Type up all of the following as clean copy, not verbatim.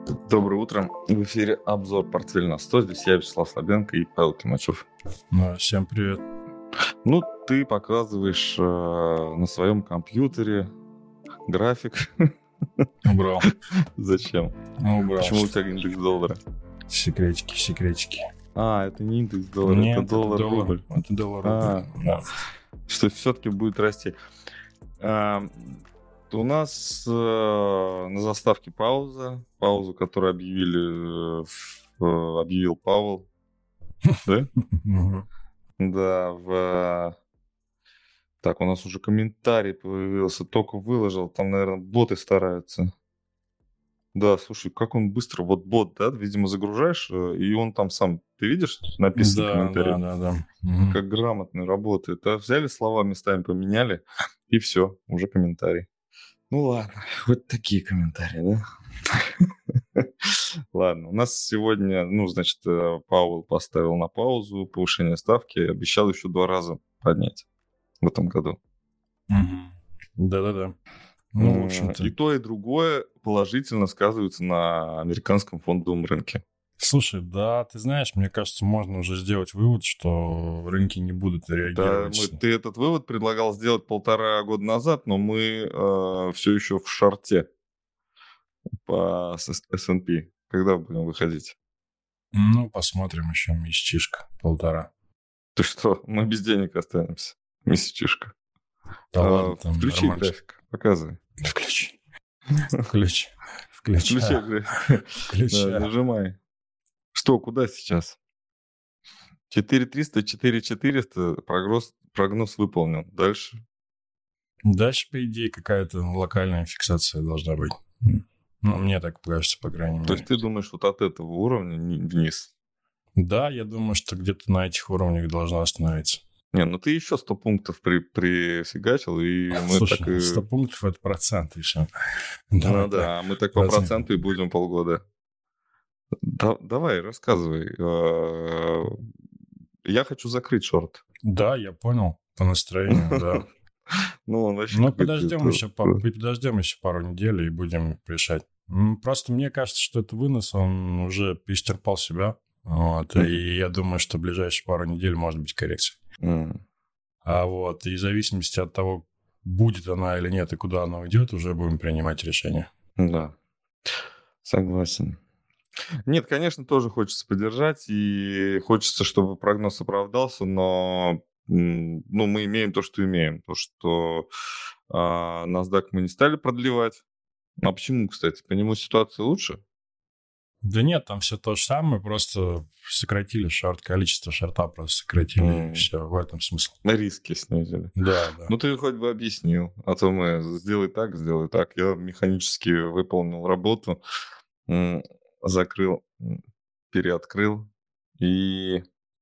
Доброе утро. В эфире обзор «Портфель на 100». Здесь я, Вячеслав Слабенко и Павел Тимачев. Всем привет. Ну, ты показываешь на своем компьютере график. Убрал. Зачем? Убрал. Почему у тебя индекс доллара? Секретики. Это не индекс доллара, Нет, это доллар-рубль. Это доллар-рубль. Да. Что все-таки будет расти. У нас на заставке паузу, которую объявил Павел. Да? Да, Так, у нас уже комментарий появился, только выложил, там, наверное, боты стараются. Да, слушай, как он быстро, вот бот, да, видимо, загружаешь, и он там сам, ты видишь, написан комментарий? Да. Как грамотно работает. Взяли слова, местами поменяли, и все, уже комментарий. Ну ладно, вот такие комментарии, да? Ладно, у нас сегодня, Павел поставил на паузу повышение ставки, обещал еще 2 раза поднять в этом году. Да. В общем-то. И то, и другое положительно сказывается на американском фондовом рынке. Слушай, да, ты знаешь, мне кажется, можно уже сделать вывод, что рынки не будут реагировать. Да, ты этот вывод предлагал сделать 1,5 года назад, но мы все еще в шорте по S&P. Когда будем выходить? Посмотрим еще месячишка, 1,5. Ты что, мы без денег останемся? Месячишка. Да ладно, там включи нормально. График, показывай. Включи. Включи график. Да, нажимай. Что, куда сейчас? 4300, 4400, прогноз выполнен. Дальше, по идее, какая-то локальная фиксация должна быть. Мне так кажется, по крайней мере. То есть ты думаешь, вот от этого уровня вниз? Да, я думаю, что где-то на этих уровнях должна остановиться. Ты еще 100 пунктов прифигачил, и мы Слушай, так и... 100 пунктов – это процент еще. Да, мы так по проценту и будем полгода. Давай, рассказывай. Я хочу закрыть шорт. Да, я понял. По настроению, да. Подождем еще пару недель и будем решать. Просто мне кажется, что этот вынос, он уже исчерпал себя. И я думаю, что в ближайшие пару недель может быть коррекция. И в зависимости от того, будет она или нет, и куда она уйдет, уже будем принимать решение. Да, согласен. Нет, конечно, тоже хочется поддержать, и хочется, чтобы прогноз оправдался, но мы имеем то, что имеем. То, что NASDAQ мы не стали продлевать. А почему, кстати? По нему ситуация лучше? Да нет, там все то же самое, просто сократили количество шорта просто сократили, и все, в этом смысл. Риски снизили. Да. Ты хоть бы объяснил, а то мы сделай так. Я механически выполнил работу, закрыл, переоткрыл, и...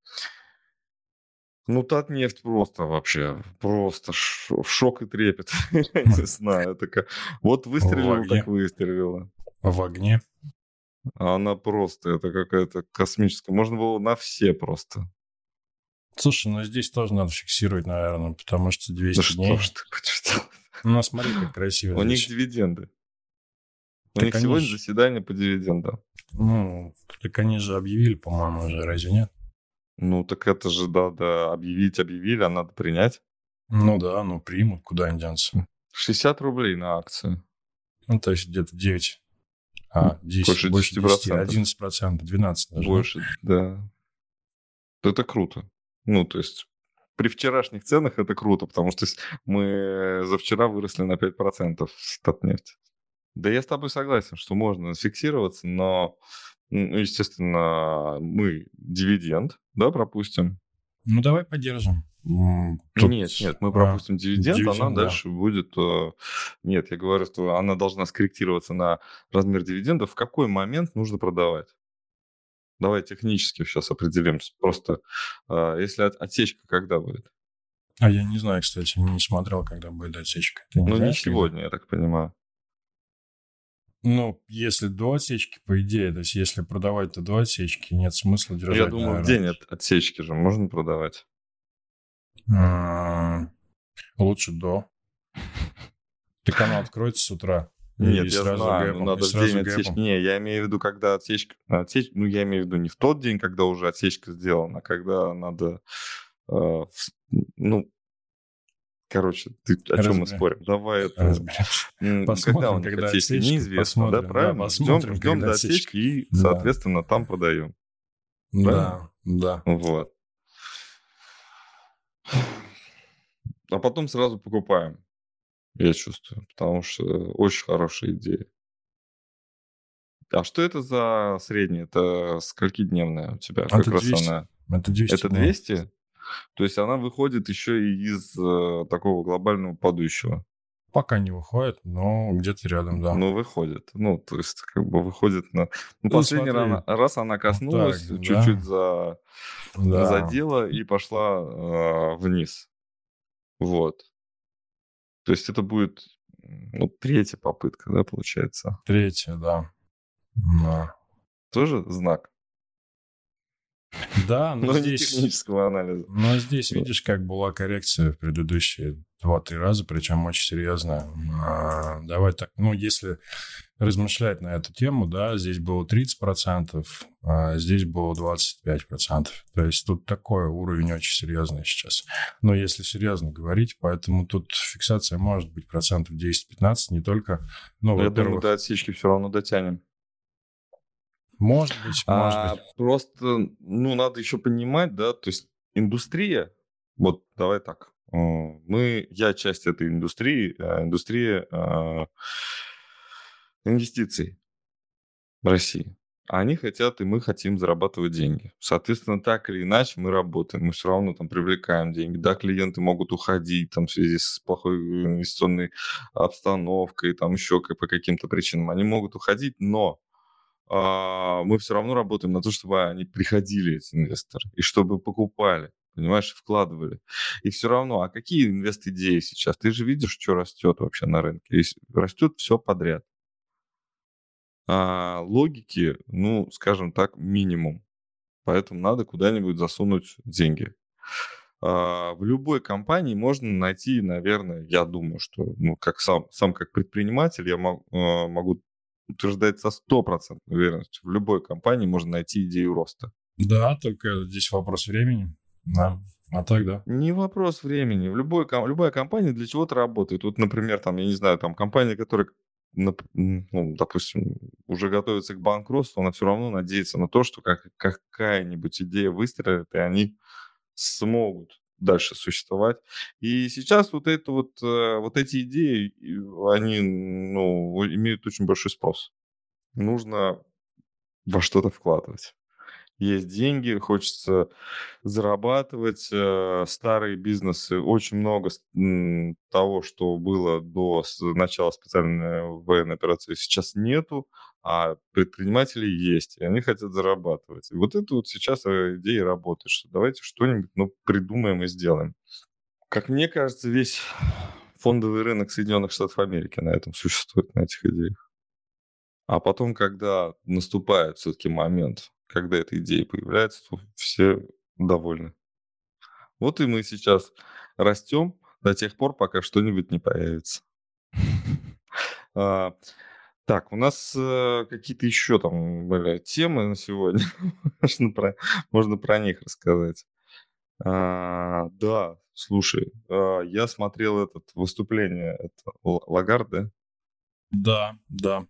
Татнефть просто шок и трепет. Я не знаю, вот выстрелила, так выстрелила. В огне. Она просто, это какая-то космическая. Можно было на все просто. Слушай, здесь тоже надо фиксировать, наверное, потому что 200 дней... Что ж ты будешь делать? Смотри, как красиво. У них дивиденды. У них сегодня заседание по дивидендам. Так они же объявили, по-моему, уже, разве нет? Так это же, да, объявили, а надо принять. Примут, куда они денутся. 60 рублей на акцию. То есть где-то 9. 10, больше 10%. 11%, 12% даже. Больше, да. Это круто. То есть при вчерашних ценах это круто, потому что мы за вчера выросли на 5% с Татнефти. Да, я с тобой согласен, что можно фиксироваться, но, естественно, мы дивиденд, да, пропустим. Давай поддержим. Нет, мы пропустим дивиденд, она дальше будет... Нет, я говорю, что она должна скорректироваться на размер дивидендов. В какой момент нужно продавать? Давай технически сейчас определимся. Просто если отсечка когда будет? Я не знаю, кстати, не смотрел, когда будет отсечка. Не сегодня, я так понимаю. Если до отсечки, по идее, то есть если продавать, то до отсечки, нет смысла держать. Я думаю, в день отсечки же можно продавать. Лучше до. Так оно откроется с утра. Нет, И я сразу знаю, но гэпом, и надо в сразу день отсечки. гэпом. Не, я имею в виду, когда ну, я имею в виду не в тот день, когда уже отсечка сделана, а когда надо, ну, короче, о чем мы спорим? Давай это... Разберемся. Когда у Посмотрим, них когда отсечка, отсечка, неизвестно, да, посмотрим, да, правильно? Ждем, посмотрим, ждем когда до отсечка. отсечки и, Да, соответственно, там продаем. Правильно? да, да. Вот. А потом сразу покупаем, я чувствую, потому что очень хорошая идея. А что это за средняя? Это скольки-дневная у тебя? Как Это раз 200. она... Это 200 Это дней. 200? То есть она выходит еще и из такого глобального падающего. Пока не выходит, но где-то рядом, да. Ну, выходит. Ну, то есть, как бы выходит на... Ну, Ну, последний смотри, раз она вот так, коснулась, чуть-чуть да, да. задела и пошла вниз. Вот. То есть это будет, ну, третья попытка, да, получается? Третья, да. Да, Тоже знак, да, но не технического анализа. но здесь, Вот. видишь, как была коррекция в предыдущие 2-3 раза, причем очень серьезная. Давай так, ну, если размышлять на эту тему, да, здесь было 30%, а здесь было 25%. То есть тут такой уровень очень серьезный сейчас. Но если серьезно говорить, поэтому тут фиксация может быть 10-15%, не только, ну, Я думаю, до во-первых, отсечки все равно дотянем. может быть, может быть. Просто, ну, надо еще понимать, да, то есть индустрия, вот давай так, я часть этой индустрии, индустрия инвестиций в России. А они хотят, и мы хотим зарабатывать деньги. Соответственно, так или иначе мы работаем, мы все равно там привлекаем деньги. Да, клиенты могут уходить там в связи с плохой инвестиционной обстановкой, там еще по каким-то причинам. Они могут уходить, но мы все равно работаем на то, чтобы они приходили, эти инвесторы, и чтобы покупали, понимаешь, вкладывали. И все равно, а какие инвест-идеи сейчас? Ты же видишь, что растет вообще на рынке. Растет все подряд. Логики, ну, скажем так, минимум. Поэтому надо куда-нибудь засунуть деньги. В любой компании можно найти, наверное, я думаю, что, ну, как сам как предприниматель, я могу утверждать со стопроцентной уверенностью, в любой компании можно найти идею роста. Да, только здесь вопрос времени. Да. А так, да. Не вопрос времени. Любая компания для чего-то работает. Вот, например, там, я не знаю, там компания, которая, ну, допустим, уже готовится к банкротству, она все равно надеется на то, что какая-нибудь идея выстрелит, и они смогут дальше существовать. И сейчас вот эти идеи, они, ну, имеют очень большой спрос. Нужно во что-то вкладывать. Есть деньги, хочется зарабатывать. Старые бизнесы, очень много того, что было до начала специальной военной операции, сейчас нету, а предприниматели есть, и они хотят зарабатывать. И вот это вот сейчас идея работает, что давайте что-нибудь, ну, придумаем и сделаем. Как мне кажется, весь фондовый рынок Соединенных Штатов Америки на этом существует, на этих идеях. А потом, когда наступает все-таки момент, когда эта идея появляется, то все довольны. Вот и мы сейчас растем до тех пор, пока что-нибудь не появится. Так, у нас какие-то еще там были темы на сегодня. Можно про них рассказать. Да, слушай, я смотрел выступление Лагарды. Да, да.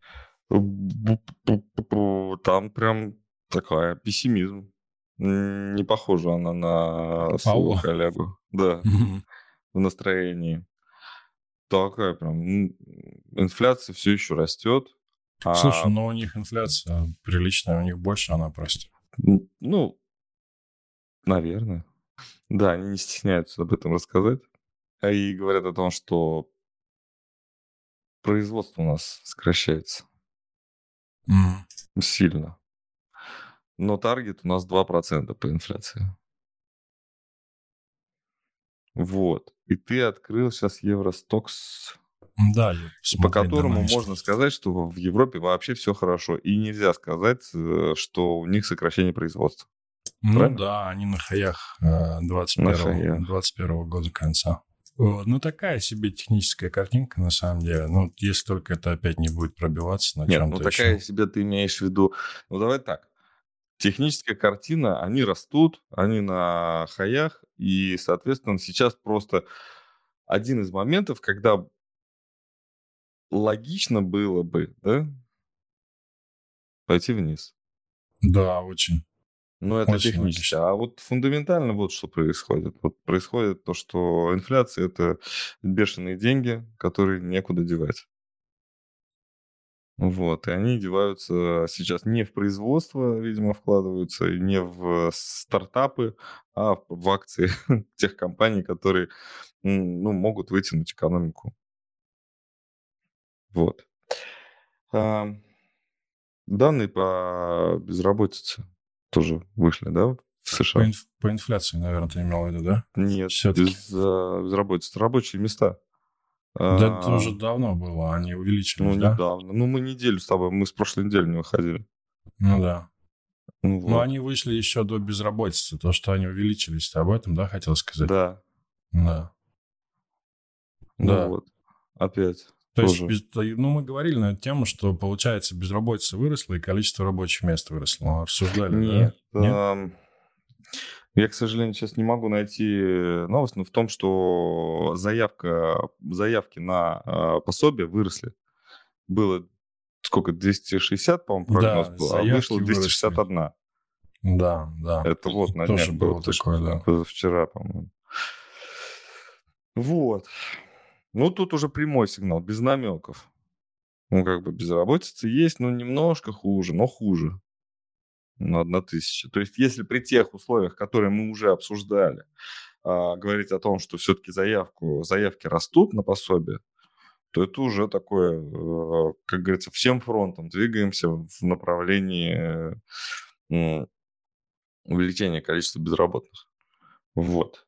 Там прям такая пессимизм. Не похожа она на своего Павло. коллегу. Да, в настроении. Такая прям. Инфляция все еще растет. Слушай, но у них инфляция приличная, у них больше, она просто. Ну, наверное. Да, они не стесняются об этом рассказать. И говорят о том, что производство у нас сокращается сильно. Но таргет у нас 2% по инфляции. Вот. И ты открыл сейчас Евростокс, Да, я по посмотреть которому динамику. можно сказать, что в Европе вообще все хорошо. И нельзя сказать, что у них сокращение производства. Ну Правильно? да, они на хаях На хаях. 21 года конца. Вот. Ну, такая себе техническая картинка, на самом деле. Ну, если только это опять не будет пробиваться на Нет, чем-то ну такая еще. себе ты имеешь в виду... Ну, давай так. Техническая картина, они растут, они на хаях, и, соответственно, сейчас просто один из моментов, когда логично было бы, да, пойти вниз. Да, очень. Но это Очень технически. логично. А вот фундаментально вот что происходит. Вот происходит то, что инфляция – это бешеные деньги, которые некуда девать. Вот, и они деваются сейчас не в производство, видимо, вкладываются, и не в стартапы, а в акции тех компаний, которые, ну, могут вытянуть экономику. Вот. А, Данные по безработице тоже вышли, да, в США? По инфляции, наверное, ты имел в виду, да? Нет, Все-таки. безработица, рабочие места. Да это А, уже давно было, они Ну, увеличились, да? недавно. Ну, мы неделю с тобой, мы с прошлой недели не выходили. Ну да. Ну, Но вот. они вышли еще до безработицы. То, что они увеличились, ты об этом, да, хотел сказать? Да, Да. ну Да. вот. Опять То есть, тоже. ну, мы говорили на эту тему, что, получается, безработица выросла и количество рабочих мест выросло. Мы обсуждали, да? Нет. Нет? Я, к сожалению, сейчас не могу найти новость, но в том, что заявки на пособие выросли. Было сколько, 260, по-моему, прогноз Да, был, а вышло заявки выросли. 261. Да, да. Это вот на днях Тоже было, было точно, такое, да. позавчера, по-моему. Вот. Ну, тут уже прямой сигнал, без намеков. Ну, как бы безработица есть, но немножко хуже, но хуже на 1000. То есть, если при тех условиях, которые мы уже обсуждали, говорить о том, что все-таки заявки растут на пособие, то это уже такое, как говорится, всем фронтом двигаемся в направлении увеличения количества безработных. Вот.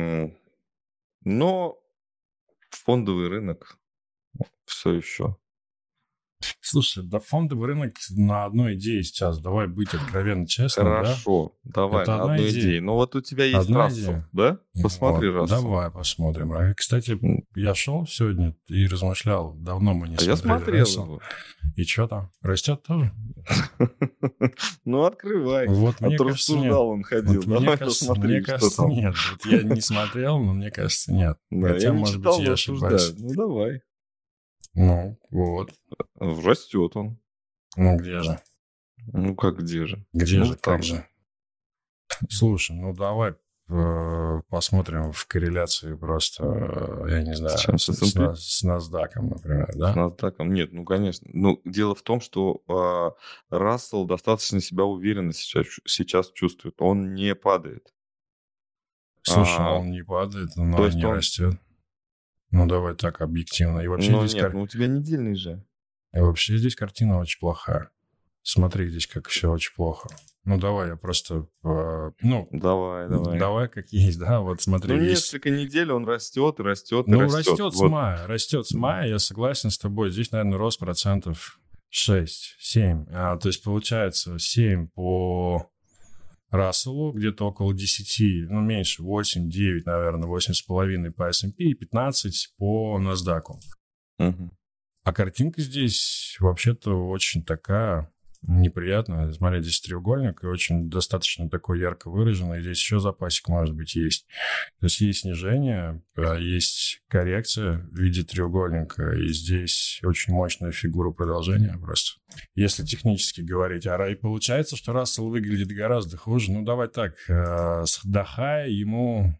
Но фондовый рынок все еще. Слушай, да фондовый рынок на одной идее сейчас. Давай быть откровенно честным, да? Хорошо, давай Это на одна одной идея. идее. Но вот у тебя есть Одна Рассел, идея. да? Посмотри Вот, Рассел. давай посмотрим. Кстати, я шел сегодня и размышлял. Давно мы не А я смотрели смотрел Рассел. его. И что там? Растет тоже? Ну, открывай. Вот А мне то кажется, нет. рассуждал он ходил. Вот Давай мне посмотри, что кажется, там. нет. Вот я не смотрел, но мне кажется, нет. Да, Хотя, я не может быть, читал, я но ошибаюсь. рассуждаю. Ну, давай. Ну, вот. Растет он. Ну, где же? Ну, как где же? Где Ну, же, там как же? Слушай, ну давай посмотрим в корреляции просто, я не знаю, С чем? С S&P? с NASDAQ, например, С да? NASDAQ? Нет, ну, конечно. Ну, дело в том, что Рассел достаточно себя уверенно сейчас чувствует. Он не падает. Слушай, он не падает, но То и есть не он... растет. Ну, давай так, объективно. И вообще Ну, здесь, нет, ну, у тебя недельный же. и вообще здесь картина очень плохая. Смотри, здесь как все очень плохо. Ну, давай я просто... ну, Давай. как есть, да? Вот смотри, Ну, есть... несколько недель он растет и растет и Ну, растет. растет с Вот. мая. Растет с мая, я согласен с тобой. Здесь, наверное, рост процентов 6-7. То есть, получается, 7 по Расселу, где-то около 10, ну, меньше, 8-9, наверное, 8,5 по S&P и 15 по NASDAQ. Мгм. А картинка здесь вообще-то очень такая неприятная. Смотри, здесь треугольник и очень достаточно такой ярко выраженный. Здесь еще запасик, может быть, есть. То есть есть снижение, есть коррекция в виде треугольника, и здесь очень мощная фигура продолжения просто. Если технически говорить. И получается, что Рассел выглядит гораздо хуже. Ну, давай так, с до-хая ему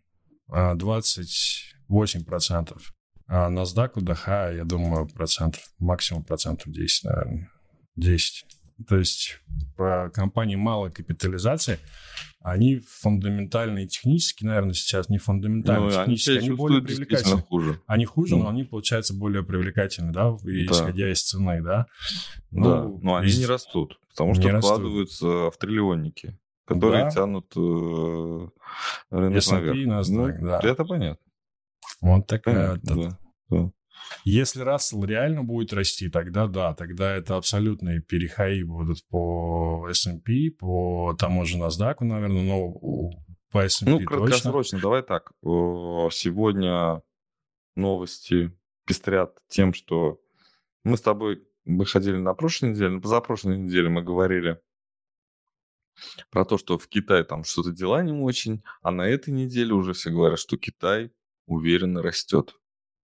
28%. А NASDAQ до хая, я думаю, максимум процентов 10, наверное. 10. То есть по компании малой капитализации, они фундаментально и технически, наверное, сейчас не фундаментально, Ну, технически, они более привлекательны. хуже. Они хуже, Ну. но они, получается, более привлекательны, да, Да. исходя из цены, да? Да, но они не растут, потому что не растут. вкладываются в триллионники, которые Да. тянут рынок S&P наверх. и NASDAQ, Ну, да. это понятно. Вот такая Понятно, да. Если Рассел реально будет расти, тогда да, тогда это абсолютные перехаи будут по S&P, по тому же NASDAQ, наверное, но по S&P Ну, точно. краткосрочно, давай так. Сегодня новости пестрят тем, что мы с тобой выходили на прошлой неделе, на позапрошлой неделе мы говорили про то, что в Китае там что-то дела не очень, а на этой неделе уже все говорят, что Китай уверенно растет.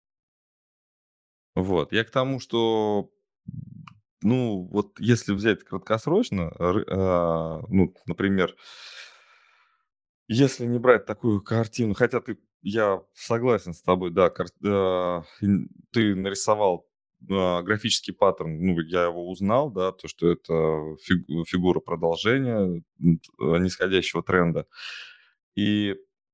Вот. Я к тому, что, ну, вот если взять краткосрочно, ну, например, если не брать такую картину, хотя я согласен с тобой, да, ты нарисовал графический паттерн, ну, я его узнал, да, то, что это фигура продолжения нисходящего тренда. И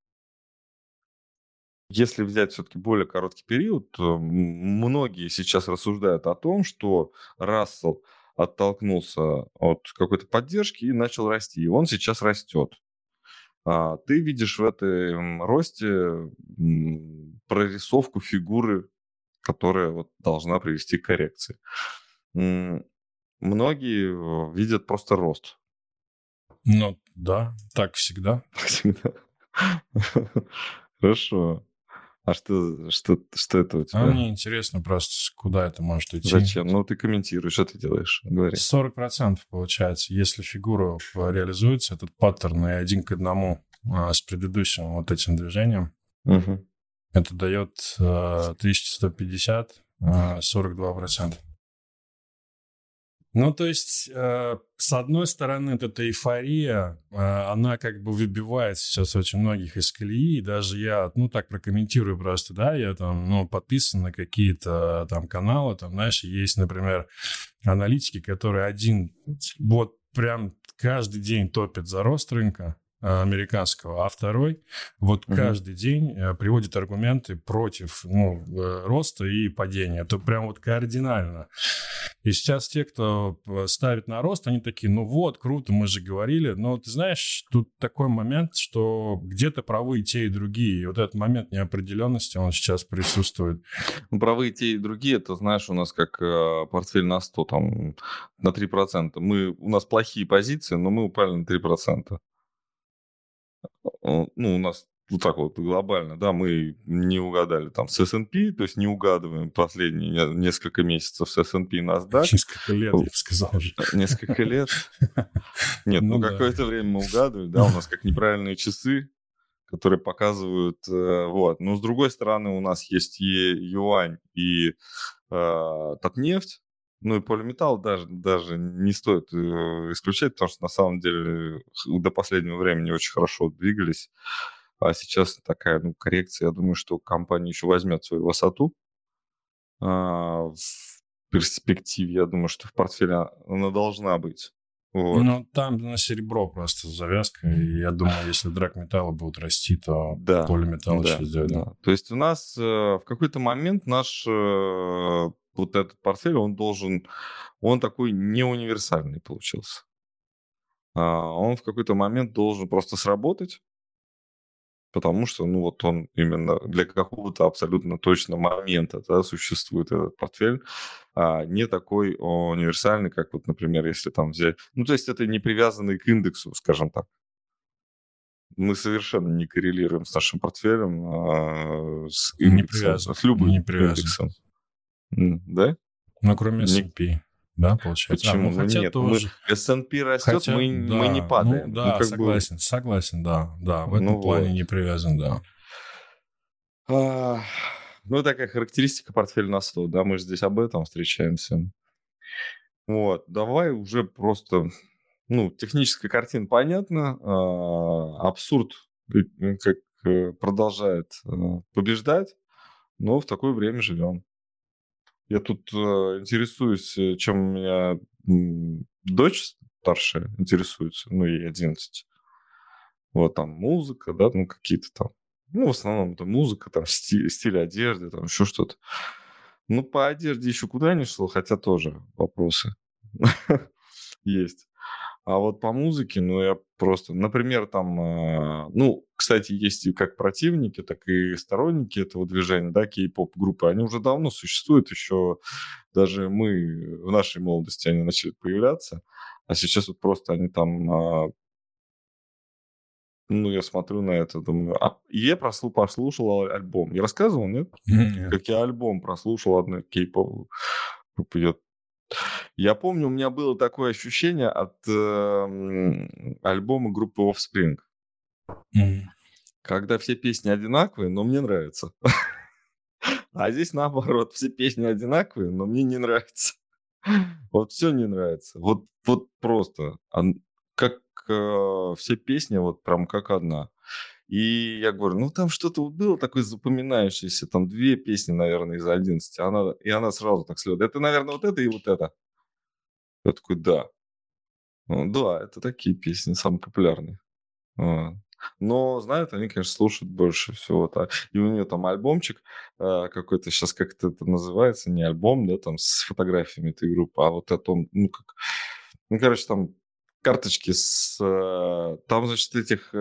если взять все-таки более короткий период, то многие сейчас рассуждают о том, что Рассел оттолкнулся от какой-то поддержки и начал расти, и он сейчас растет. Ты видишь в этом росте прорисовку фигуры, которая вот должна привести к коррекции. Многие видят просто рост. Ну, да, так всегда. Всегда. Хорошо. А что это у А тебя? мне интересно просто, куда это может идти. Зачем? Ну, ты комментируешь, что ты делаешь? Говори. 40% получается, если фигура реализуется, этот паттерн и 1 к 1 с предыдущим вот этим движением, Угу. это дает 1150, 42%. Ну, то есть, с одной стороны, эта эйфория, она как бы выбивает сейчас очень многих из колеи. Даже я, ну, так прокомментирую просто, да, я там, ну, подписан на какие-то там каналы, там, знаешь, есть, например, аналитики, которые вот прям каждый день топят за рост рынка американского, а второй вот каждый день приводит аргументы против роста и падения. Это прям вот кардинально. И сейчас те, кто ставит на рост, они такие, ну вот, круто, мы же говорили. Но ты знаешь, тут такой момент, что где-то правы и те, и другие. И вот этот момент неопределенности, он сейчас присутствует. Ну, правы и те, и другие, это, знаешь, у нас как портфель на 100, там, на 3%. У нас плохие позиции, но мы упали на 3%. Ну, у нас вот так вот глобально, да, мы не угадали там с S&P, то есть не угадываем последние несколько месяцев с S&P и NASDAQ. Несколько лет, я бы сказал уже. Несколько лет. Нет, ну какое-то время мы угадывали, да, у нас как неправильные часы, которые показывают, вот. Но с другой стороны у нас есть и юань, и Татнефть, ну и полиметалл даже не стоит исключать, потому что на самом деле до последнего времени очень хорошо двигались. А сейчас такая коррекция, я думаю, что компания еще возьмет свою высоту. В перспективе, я думаю, что в портфеле она должна быть. Вот. Ну, там на серебро просто завязка. И я думаю, если драгметаллы будут расти, то Да, полиметалл да, еще сделает. да. То есть у нас в какой-то момент наш вот этот портфель, он такой не универсальный получился. Он в какой-то момент должен просто сработать, потому что, ну, вот он именно для какого-то абсолютно точного момента, да, существует этот портфель, не такой универсальный, как вот, например, если там взять... Ну, то есть это не привязанный к индексу, скажем так. Мы совершенно не коррелируем с нашим портфелем, с индексом, с любым индексом. Да? Ну, кроме S&P. Да, получается. Почему? Ну, хотя нет, тоже. S&P растет, мы не падаем. Ну, да, согласен, да. В этом плане не привязан, да. Ну, такая характеристика портфеля на 100, да, мы же здесь об этом встречаемся. Вот, давай уже просто, техническая картина понятна, абсурд как продолжает побеждать, но в такое время живем. Я тут интересуюсь, чем у меня дочь старшая интересуется, ну, ей 11. Вот там музыка, да, какие-то там, в основном это музыка, там стиль одежды, там еще что-то. Ну, по одежде еще куда не шло, хотя тоже вопросы есть. А вот по музыке, я просто... Например, там... кстати, есть и как противники, так и сторонники этого движения, да, кей-поп-группы. Они уже давно существуют, еще даже мы в нашей молодости они начали появляться. А сейчас вот просто они там Ну, я смотрю на это, думаю... я послушал альбом. Я рассказывал, нет? Нет. Как я альбом прослушал одной кей-поп группы. Я помню, у меня было такое ощущение от альбома группы Offspring. Когда все песни одинаковые, но мне нравится. А здесь наоборот, все песни одинаковые, но мне не нравится. Вот все не нравится. Вот просто. Как все песни, вот прям как одна. И я говорю, ну там что-то было такое запоминающееся, там 2 песни, наверное, из 11. Она сразу так следует. Это, наверное, вот это и вот это. Я такой, да. Ну, да, это такие песни, самые популярные. Но знают они, конечно, слушают больше всего. И у нее там альбомчик какой-то, сейчас как-то это называется, не альбом, да, там с фотографиями этой группы, а вот о том, короче, там карточки там, значит, этих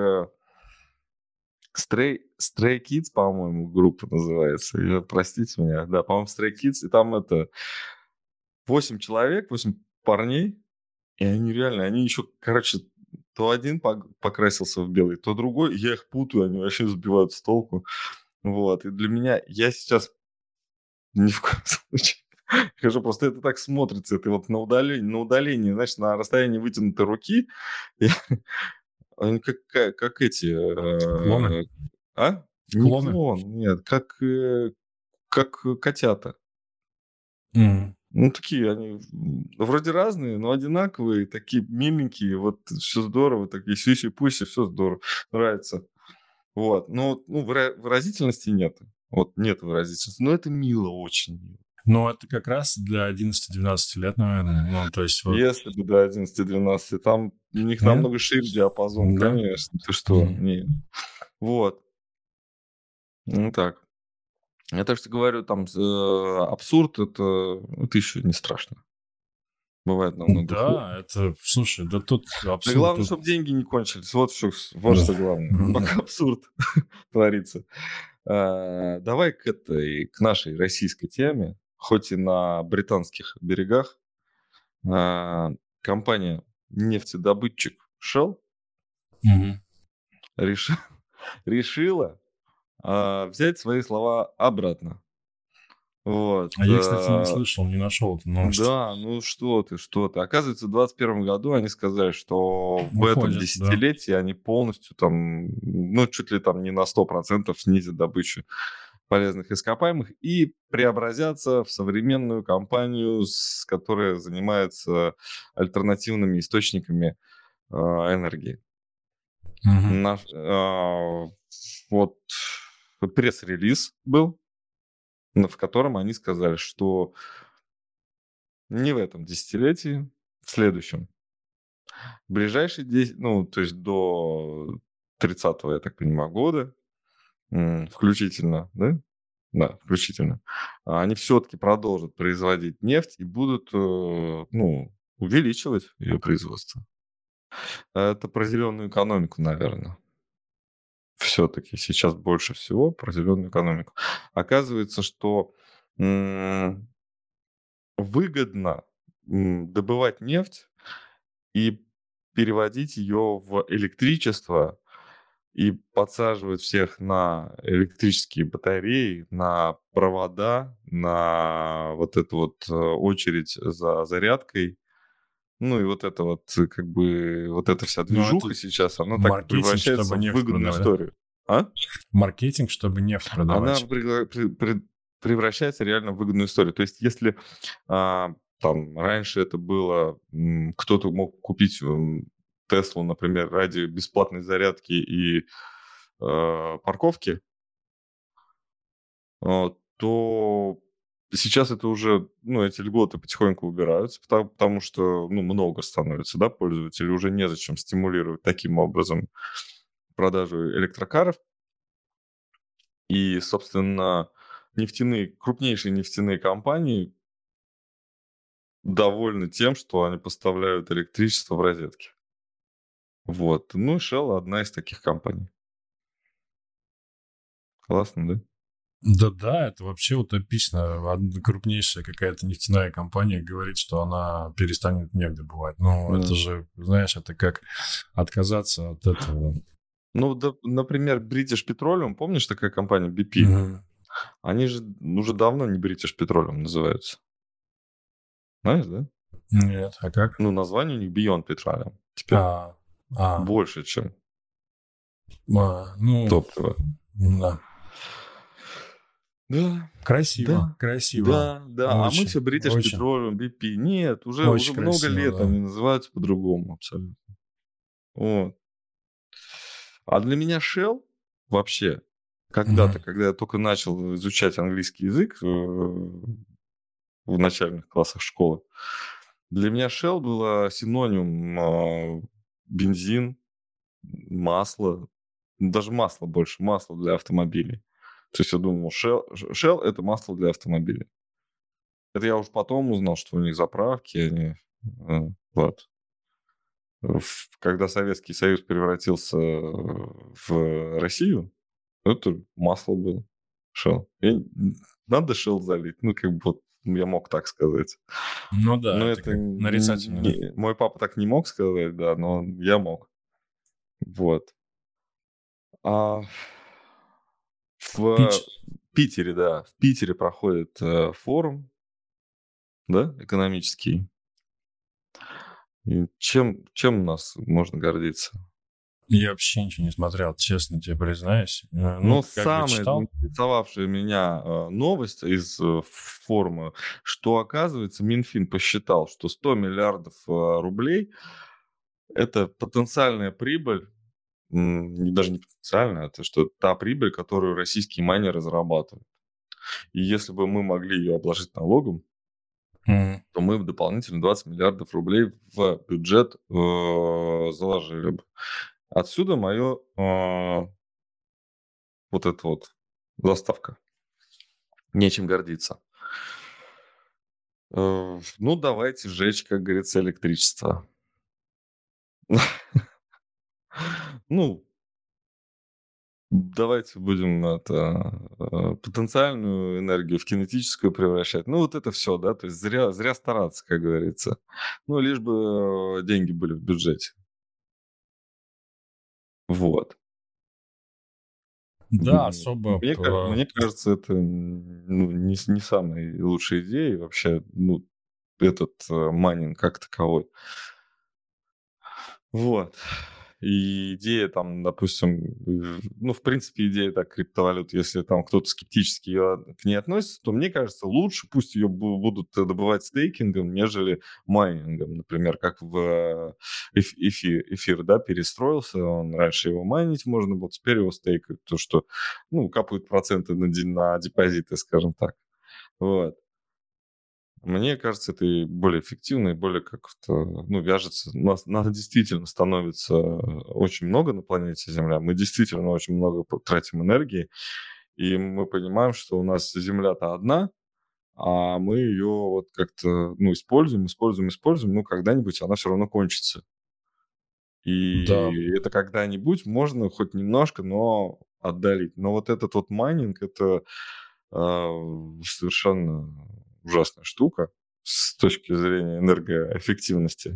Stray Kids, по-моему, группа называется. Простите меня, да, по-моему, Stray Kids, и там 8 человек, 8 парней, и они реально, они еще, короче, то один покрасился в белый, то другой. Я их путаю, они вообще сбивают с толку. Вот. И для меня, я сейчас ни в коем случае хожу, просто это так смотрится. Это вот на удалении, знаешь, на расстоянии вытянутой руки. Они как эти... Клоны? А? Не Клоны? клон, нет. Как котята. Ну, такие они вроде разные, но одинаковые, такие миленькие, вот все здорово, такие сюси-пуси, все здорово, нравится. Вот, но выразительности нет. Вот нет выразительности, но это мило, очень мило. Ну, это как раз для 11-12 лет, наверное. Ну, то есть вот... Если бы до 11-12, там у них Нет? намного шире диапазон, Да? конечно. Ты что? Нет. Вот. Ну так. Я так что говорю, там абсурд, это еще не страшно. Бывает намного хуже. Да, это, слушай, да тут абсурд. Да главное, чтобы деньги не кончились. Вот что главное. Пока абсурд творится. Давай к нашей российской теме. Хоть и на британских берегах. Компания нефтедобытчик Shell решила взять свои слова обратно. Вот. А я, кстати, не слышал, не нашел эту новость. Да, ну что ты. Оказывается, в 2021 году они сказали, что в этом десятилетии они полностью там, ну, чуть ли там не на 100% снизят добычу полезных ископаемых и преобразятся в современную компанию, которая занимается альтернативными источниками энергии. Вот пресс-релиз был, в котором они сказали, что не в этом десятилетии, в следующем. В ближайшие 10, ну, то есть до 30-го, я так понимаю, года, включительно, да? Да, включительно. Они все-таки продолжат производить нефть и будут, увеличивать ее производство. Это про зеленую экономику, наверное. Все-таки сейчас больше всего про зеленую экономику. Оказывается, что выгодно добывать нефть и переводить ее в электричество и подсаживать всех на электрические батареи, на провода, на вот эту вот очередь за зарядкой. Ну и вот это вот, как бы, вот эта вся движуха сейчас, она так превращается в выгодную историю. Маркетинг, чтобы нефть продавать. Она превращается реально в выгодную историю. То есть если там раньше это было, кто-то мог купить Теслу, например, ради бесплатной зарядки и парковки, то сейчас это уже, эти льготы потихоньку убираются, потому что, много становится, да, пользователей, уже незачем стимулировать таким образом продажу электрокаров. И, собственно, крупнейшие нефтяные компании довольны тем, что они поставляют электричество в розетки. Вот. Ну, Shell одна из таких компаний. Классно, да? Да, это вообще утопично. Крупнейшая какая-то нефтяная компания говорит, что она перестанет нефть добывать. Ну, это же, знаешь, это как отказаться от этого Ну, например, British Petroleum, помнишь такая компания BP? Мгм. Они же уже давно не British Petroleum называются. Знаешь, да? Нет, а как? Ну, название у них Beyond Petroleum. Теперь А, а, больше, чем ну, топливо. да. Да, Красиво, да, красиво. да. А мы Очень, все British очень, Petroleum, BP. Нет, уже очень много красиво, лет да. они называются по-другому абсолютно. Вот. А для меня Shell вообще Мгм. когда-то, когда я только начал изучать английский язык в начальных классах школы, для меня Shell было синонимом бензин, масло, даже масло больше, масло для автомобилей. То есть я думал, Shell это масло для автомобилей. Это я уж потом узнал, что у них заправки, они, вот. Когда Советский Союз превратился в Россию, это масло было. Shell. Надо Shell залить. Ну, как бы вот я мог так сказать. Ну да, Но это это как нарицательно, да? мой папа так не мог сказать, да, но я мог. Вот. А в Пич. Питере, да, в Питере проходит форум, да, экономический. И чем у нас можно гордиться? Я вообще ничего не смотрел, честно тебе признаюсь. Но Ну, как бы самая читал. заинтересовавшая меня новость из форума, что, оказывается, Минфин посчитал, что 100 миллиардов рублей – это потенциальная прибыль, даже не потенциальная, это что та прибыль, которую российские майнеры разрабатывают. И если бы мы могли ее обложить налогом, Мгм. то мы бы дополнительно 20 миллиардов рублей в бюджет заложили бы. Отсюда мое вот эта вот заставка. Нечем гордиться. Ну, давайте сжечь, как говорится, электричество. Ну, давайте будем потенциальную энергию в кинетическую превращать. Ну, вот это все, да, то есть зря стараться, как говорится. Ну, лишь бы деньги были в бюджете. Вот. Да, особо. Мне кажется, это ну, не самая лучшая идея. И вообще, ну, этот майнинг как таковой. Вот. И идея там, допустим, ну, в принципе, идея так криптовалют, если там кто-то скептически к ней относится, то мне кажется, лучше пусть ее будут добывать стейкингом, нежели майнингом. Например, как в эфир, да, перестроился, он раньше его майнить можно было, теперь его стейкают, то что, ну, капают проценты на депозиты, скажем так. Вот. Мне кажется, это и более эффективно, и более как-то, ну, вяжется. Нас действительно становится очень много на планете Земля. Мы действительно очень много тратим энергии, и мы понимаем, что у нас Земля-то одна, а мы ее вот как-то, ну, используем, но когда-нибудь она все равно кончится. Да, И это когда-нибудь можно хоть немножко, но отдалить. Но вот этот вот майнинг, это совершенно ужасная штука с точки зрения энергоэффективности.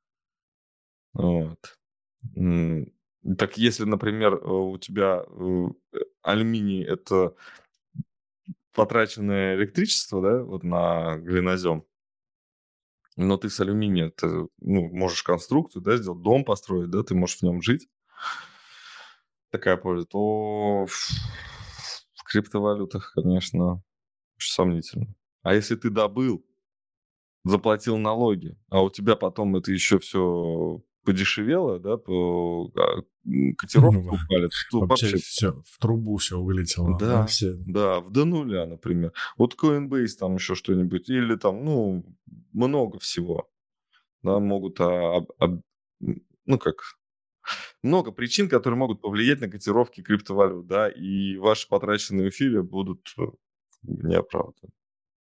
Вот. М, Так если, например, у тебя алюминий – это потраченное электричество, да, вот на глинозем, но ты с алюминия ты, ну, можешь конструкцию, да, сделать, дом построить, да, ты можешь в нем жить, такая польза, то в криптовалютах, конечно, очень сомнительно. А если ты добыл, заплатил налоги, а у тебя потом это еще все подешевело, да, котировки упали, то вообще вообще все в трубу все вылетело, да, да, все. да, до нуля, например. Вот Coinbase там еще что-нибудь или там, ну, много всего, да, могут, ну, как, много причин, которые могут повлиять на котировки криптовалют, да, и ваши потраченные усилия будут неоправданы.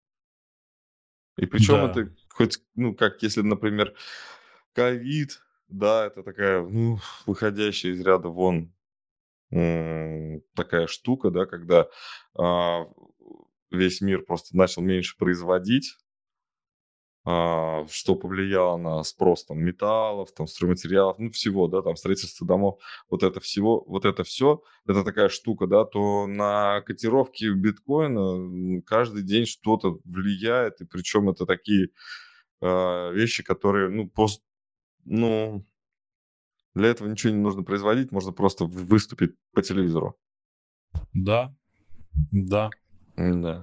И причем Да, это хоть, ну, как если, например, ковид, да, это такая, ну, выходящая из ряда вон такая штука, да, когда а, весь мир просто начал меньше производить, что повлияло на спрос там металлов, там стройматериалов, ну, всего, да, там строительство домов, вот это все, это такая штука, да, то на котировки биткоина каждый день что-то влияет, и причем это такие вещи, которые, ну, для этого ничего не нужно производить, можно просто выступить по телевизору. Да, да. Да.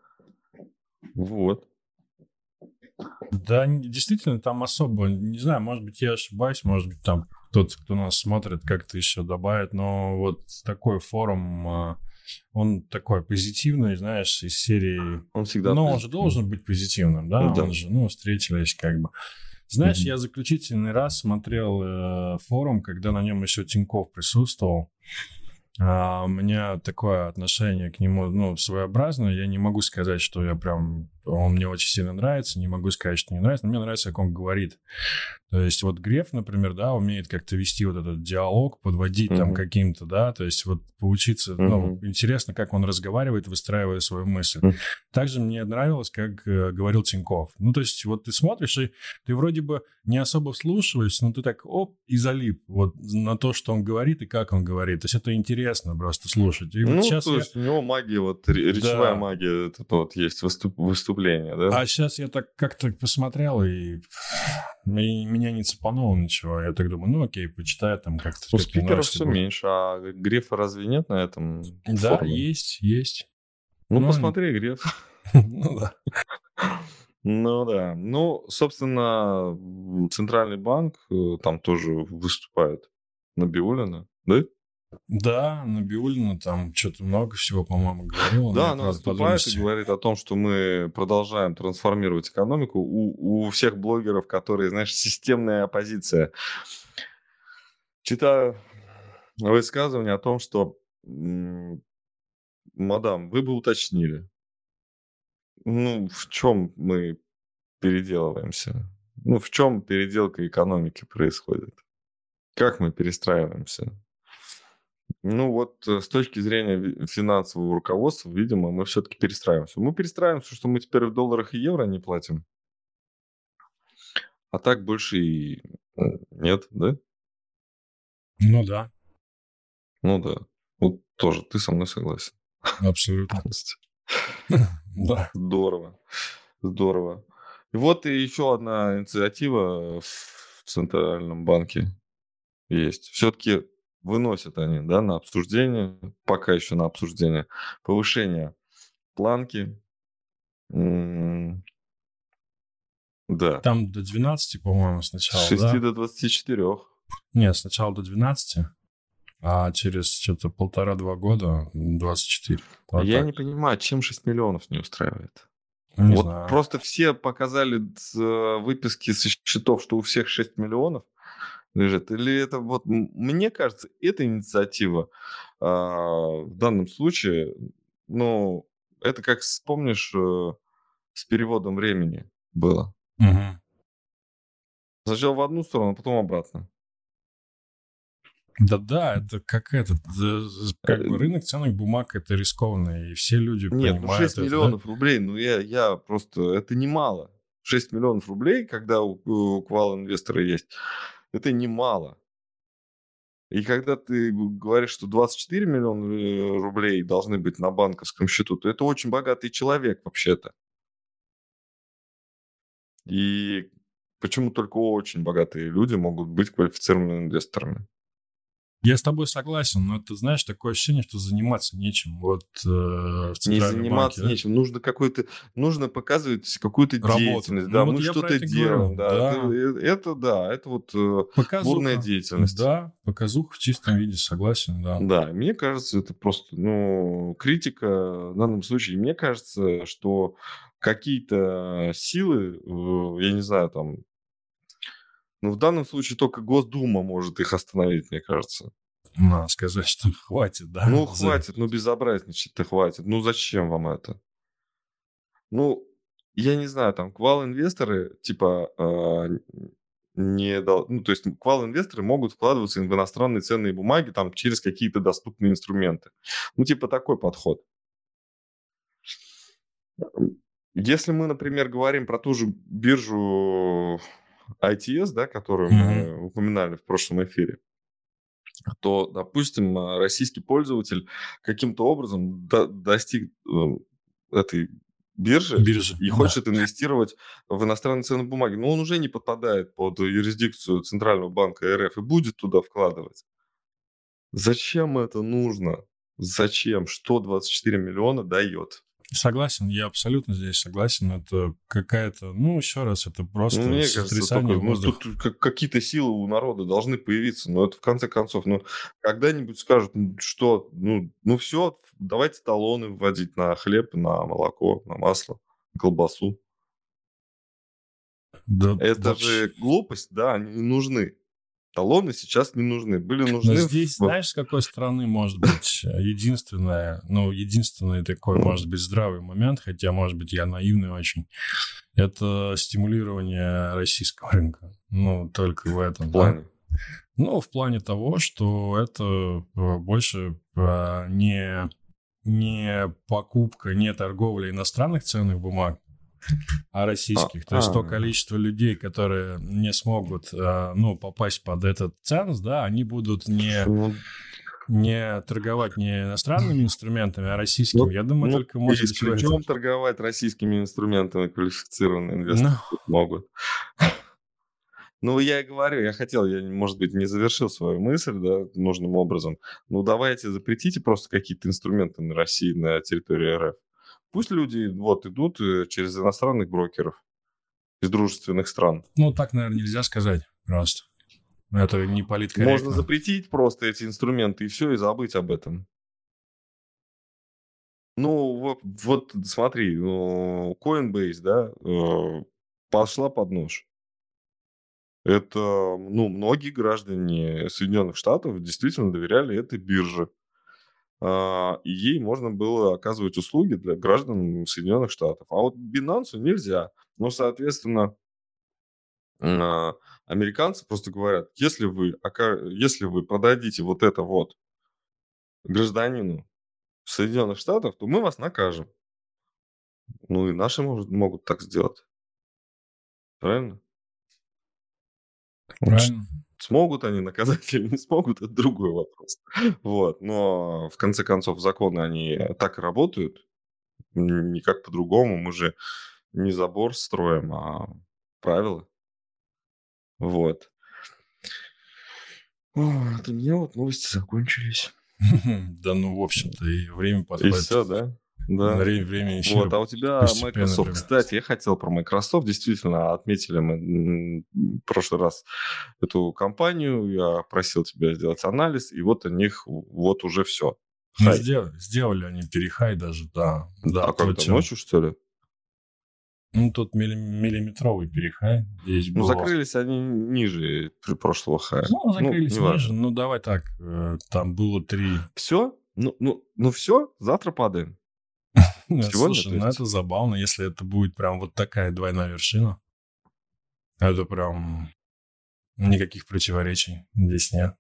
Вот. Да, действительно, там особо, не знаю, может быть, я ошибаюсь, может быть, там кто-то, кто нас смотрит, как-то еще добавит, но вот такой форум, он такой позитивный, знаешь, из серии... Он всегда Ну, он же позитивный. должен быть позитивным, да? Да. Он же, встретились как бы. Знаешь, я заключительный раз смотрел форум, когда на нем еще Тинькофф присутствовал. У меня такое отношение к нему, своеобразное. Я не могу сказать, что он мне очень сильно нравится, не могу сказать, что не нравится, но мне нравится, как он говорит. То есть вот Греф, например, да, умеет как-то вести вот этот диалог, подводить там каким-то, да, то есть вот поучиться, интересно, как он разговаривает, выстраивая свою мысль. Также мне нравилось, как говорил Тинькофф. Ну, то есть вот ты смотришь, и ты вроде бы не особо вслушиваешься, но ты так, и залип вот на то, что он говорит и как он говорит. То есть это интересно просто слушать. И вот сейчас то есть у него магия, речевая Да. магия, это вот есть выступление, да? А сейчас я так как-то посмотрел, и меня не цепануло ничего. Я так думаю, окей, почитаю там как-то. У спикеров все меньше, а Грефа разве нет на этом Да, форуме? есть. Посмотри, Греф. Ну да. Ну да. Ну, собственно, Центральный банк там тоже выступает. Набиуллина, да? Да, Набиуллина там что-то много всего, по-моему, говорила. Да, она выступает и говорит о том, что мы продолжаем трансформировать экономику. У всех блогеров, которые, знаешь, системная оппозиция. Читаю высказывание о том, что, мадам, вы бы уточнили, в чем мы переделываемся? В чем переделка экономики происходит? Как мы перестраиваемся? С точки зрения финансового руководства, видимо, мы все-таки перестраиваемся. Мы перестраиваемся, что мы теперь в долларах и евро не платим. А так больше и нет, да? Ну да. Ну да. Вот тоже ты со мной согласен. Абсолютно. Да. Здорово. Здорово. И вот и еще одна инициатива в Центральном банке есть. Все-таки выносят они, да, на обсуждение, пока еще на обсуждение, повышение планки. Да. Там до 12, по-моему, С сначала, 6 да? до 24. Нет, сначала до 12, а через что-то 1,5-2 года 24. Вот Я так. не понимаю, чем 6 миллионов не устраивает. Не знаю. Просто все показали выписки со счетов, что у всех 6 миллионов лежит. Или это мне кажется, эта инициатива в данном случае, это как вспомнишь с переводом времени было. Угу. Сначала в одну сторону, а потом обратно. Да, это как рынок ценных бумаг, это рискованно, и все люди Нет, понимают 6 это, миллионов рублей, я просто, это немало. 6 миллионов рублей, когда у квал-инвестора есть, это немало. И когда ты говоришь, что 24 миллиона рублей должны быть на банковском счету, то это очень богатый человек вообще-то. И почему только очень богатые люди могут быть квалифицированными инвесторами? Я с тобой согласен, но это, знаешь, такое ощущение, что заниматься нечем. Вот в Не Центральном банке, заниматься нечем. Нужно показывать какую-то работу. деятельность. Да, мы Я про что-то это делаем. говорю, да. Это бурная Показуха. деятельность. Да, показуха в чистом виде, согласен, да. Да, мне кажется, это просто, критика в данном случае. Мне кажется, что какие-то силы, я не знаю, там, в данном случае только Госдума может их остановить, мне кажется. Надо сказать, что хватит, да? Хватит, безобразничать-то хватит. Зачем вам это? Я не знаю, там, квал-инвесторы, типа, то есть квал-инвесторы могут вкладываться в иностранные ценные бумаги там через какие-то доступные инструменты. Типа такой подход. Если мы, например, говорим про ту же биржу ITS, да, которую мы упоминали в прошлом эфире, то, допустим, российский пользователь каким-то образом достиг этой биржи и хочет инвестировать в иностранные ценные бумаги. Но он уже не подпадает под юрисдикцию Центрального банка РФ и будет туда вкладывать. Зачем это нужно? Зачем? Что 24 миллиона дает? Согласен, я абсолютно здесь согласен. Это какая-то, еще раз, это просто мне кажется, только, тут какие-то силы у народа должны появиться. Но это в конце концов, когда-нибудь скажут, что, все, давайте талоны вводить на хлеб, на молоко, на масло, на колбасу. Да, это вообще... же глупость, да, они нужны. Талоны сейчас не нужны. Были нужны... Но здесь, знаешь, с какой стороны может быть единственный такой, может быть, здравый момент, хотя, может быть, я наивный очень, это стимулирование российского рынка. Только в этом. В плане? Да? В плане того, что это больше не покупка, не торговля иностранных ценных бумаг, а российских. То есть то количество людей, которые не смогут попасть под этот ценз, да, они будут не торговать не иностранными инструментами, а российскими. Я думаю, только может быть... Причем торговать российскими инструментами квалифицированные инвесторы могут. Я и говорю, я, может быть, не завершил свою мысль, да, нужным образом. Давайте запретите просто какие-то инструменты на России, на территории РФ. Пусть люди идут через иностранных брокеров из дружественных стран. Так, наверное, нельзя сказать просто. Это не политкорректно. Можно запретить просто эти инструменты и все, и забыть об этом. Смотри, Coinbase, да, пошла под нож. Это, многие граждане Соединенных Штатов действительно доверяли этой бирже. И ей можно было оказывать услуги для граждан Соединенных Штатов. А вот Binance нельзя. Соответственно, американцы просто говорят, если вы продадите вот это гражданину Соединенных Штатов, то мы вас накажем. И наши могут так сделать. Правильно? Правильно. Смогут они наказать или не смогут, это другой вопрос. Но в конце концов законы, они так и работают. Никак по-другому. Мы же не забор строим, а правила. Вот. У меня новости закончились. Да, в общем-то, и время подходит. И все, да? Да. Время эфира. А у тебя Microsoft. Кстати, я хотел про Microsoft. Действительно, отметили мы в прошлый раз эту компанию. Я просил тебя сделать анализ, и у них уже все. Сделали они перехай даже, да. А как-то ночью, что ли? Тут миллиметровый перехай. Здесь было. Закрылись они ниже прошлого хая. Закрылись ниже. Давай так. Там было 3. Все? Все? Завтра падаем. Слушай, это забавно, если это будет прям вот такая двойная вершина. Это прям никаких противоречий здесь нет.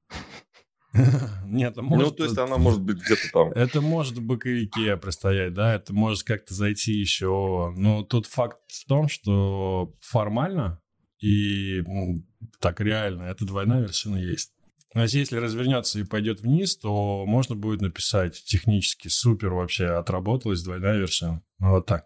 Нет, то есть она может быть где-то там. Это может в боковике простоять, да, это может как-то зайти еще. Но тут факт в том, что формально и так реально это двойная вершина есть. То есть если развернется и пойдет вниз, то можно будет написать технически супер вообще отработалась двойная вершина. Вот так.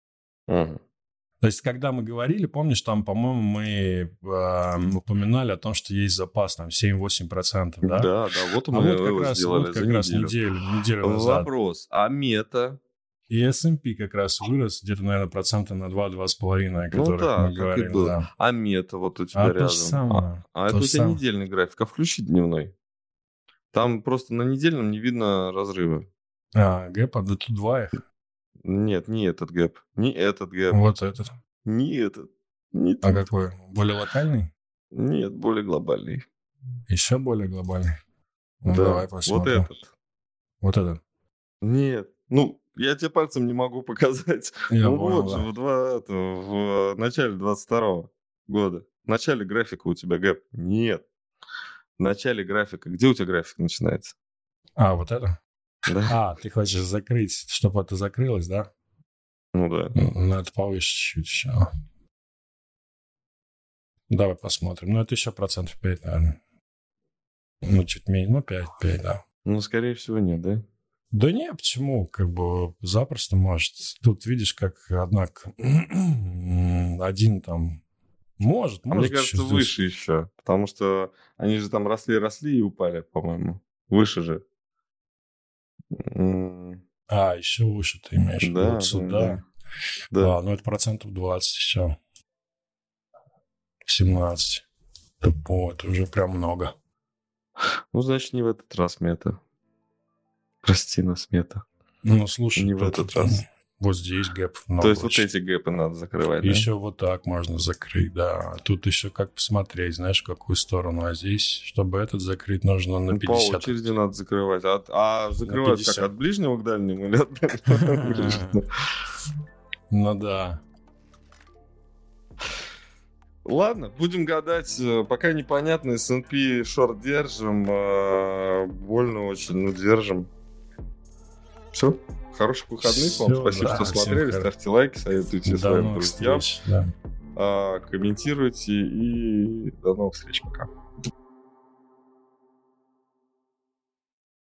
То есть, когда мы говорили, помнишь, там, по-моему, мы упоминали о том, что есть запас, там, 7-8%, да? Да, вот мы его сделали как раз неделю назад. Вопрос, а мета? И S&P как раз вырос где-то, наверное, процента на 2-2,5, о которых мы говорим. Да. А мета у тебя рядом? То же самое. Это у тебя недельный график, а включи дневной. Там просто на недельном не видно разрыва. Гэп, да тут 2 их. Нет, не этот гэп. Не этот гэп. Вот этот. Не этот. Не а какой? Более локальный? Нет, более глобальный. Еще более глобальный? Да, давай посмотрим. Вот этот? Нет. Я тебе пальцем не могу показать. Я понял, в начале 22 года. В начале графика у тебя гэп. Нет. В начале графика. Где у тебя график начинается? Вот это? Да. Ты хочешь закрыть, чтобы это закрылось, да? Ну да. Надо повыше чуть-чуть еще. Давай посмотрим. Ну, это еще 5%, наверное. Ну, чуть меньше, 5, да. Ну, скорее всего, нет, да? Да не, почему? Как бы запросто может. Тут видишь, как, однако, один там может Мне кажется, выше еще, потому что они же там росли и упали, по-моему. Выше же. Еще выше ты имеешь в виду, Да, вот сюда. Да. Ну это 20% еще. 17. Это уже прям много. Ну, значит, не в этот раз мета. Прости нас, мета. Ну, слушай, не в этот раз. Вот здесь гэпов много. То есть вот эти гэпы надо закрывать, еще да? вот так можно закрыть, да. Тут еще как посмотреть, знаешь, в какую сторону. А здесь, чтобы этот закрыть, нужно на 50. По очереди надо закрывать. А закрывать как? От ближнего к дальнему или от дальнего? Ну да. Ладно, будем гадать. Пока непонятно, S&P шорт держим. Больно очень, но держим. Все. Хороших выходных вам. Спасибо, что смотрели. Ставьте лайки, советуйте своим друзьям. Комментируйте. И до новых встреч. Пока.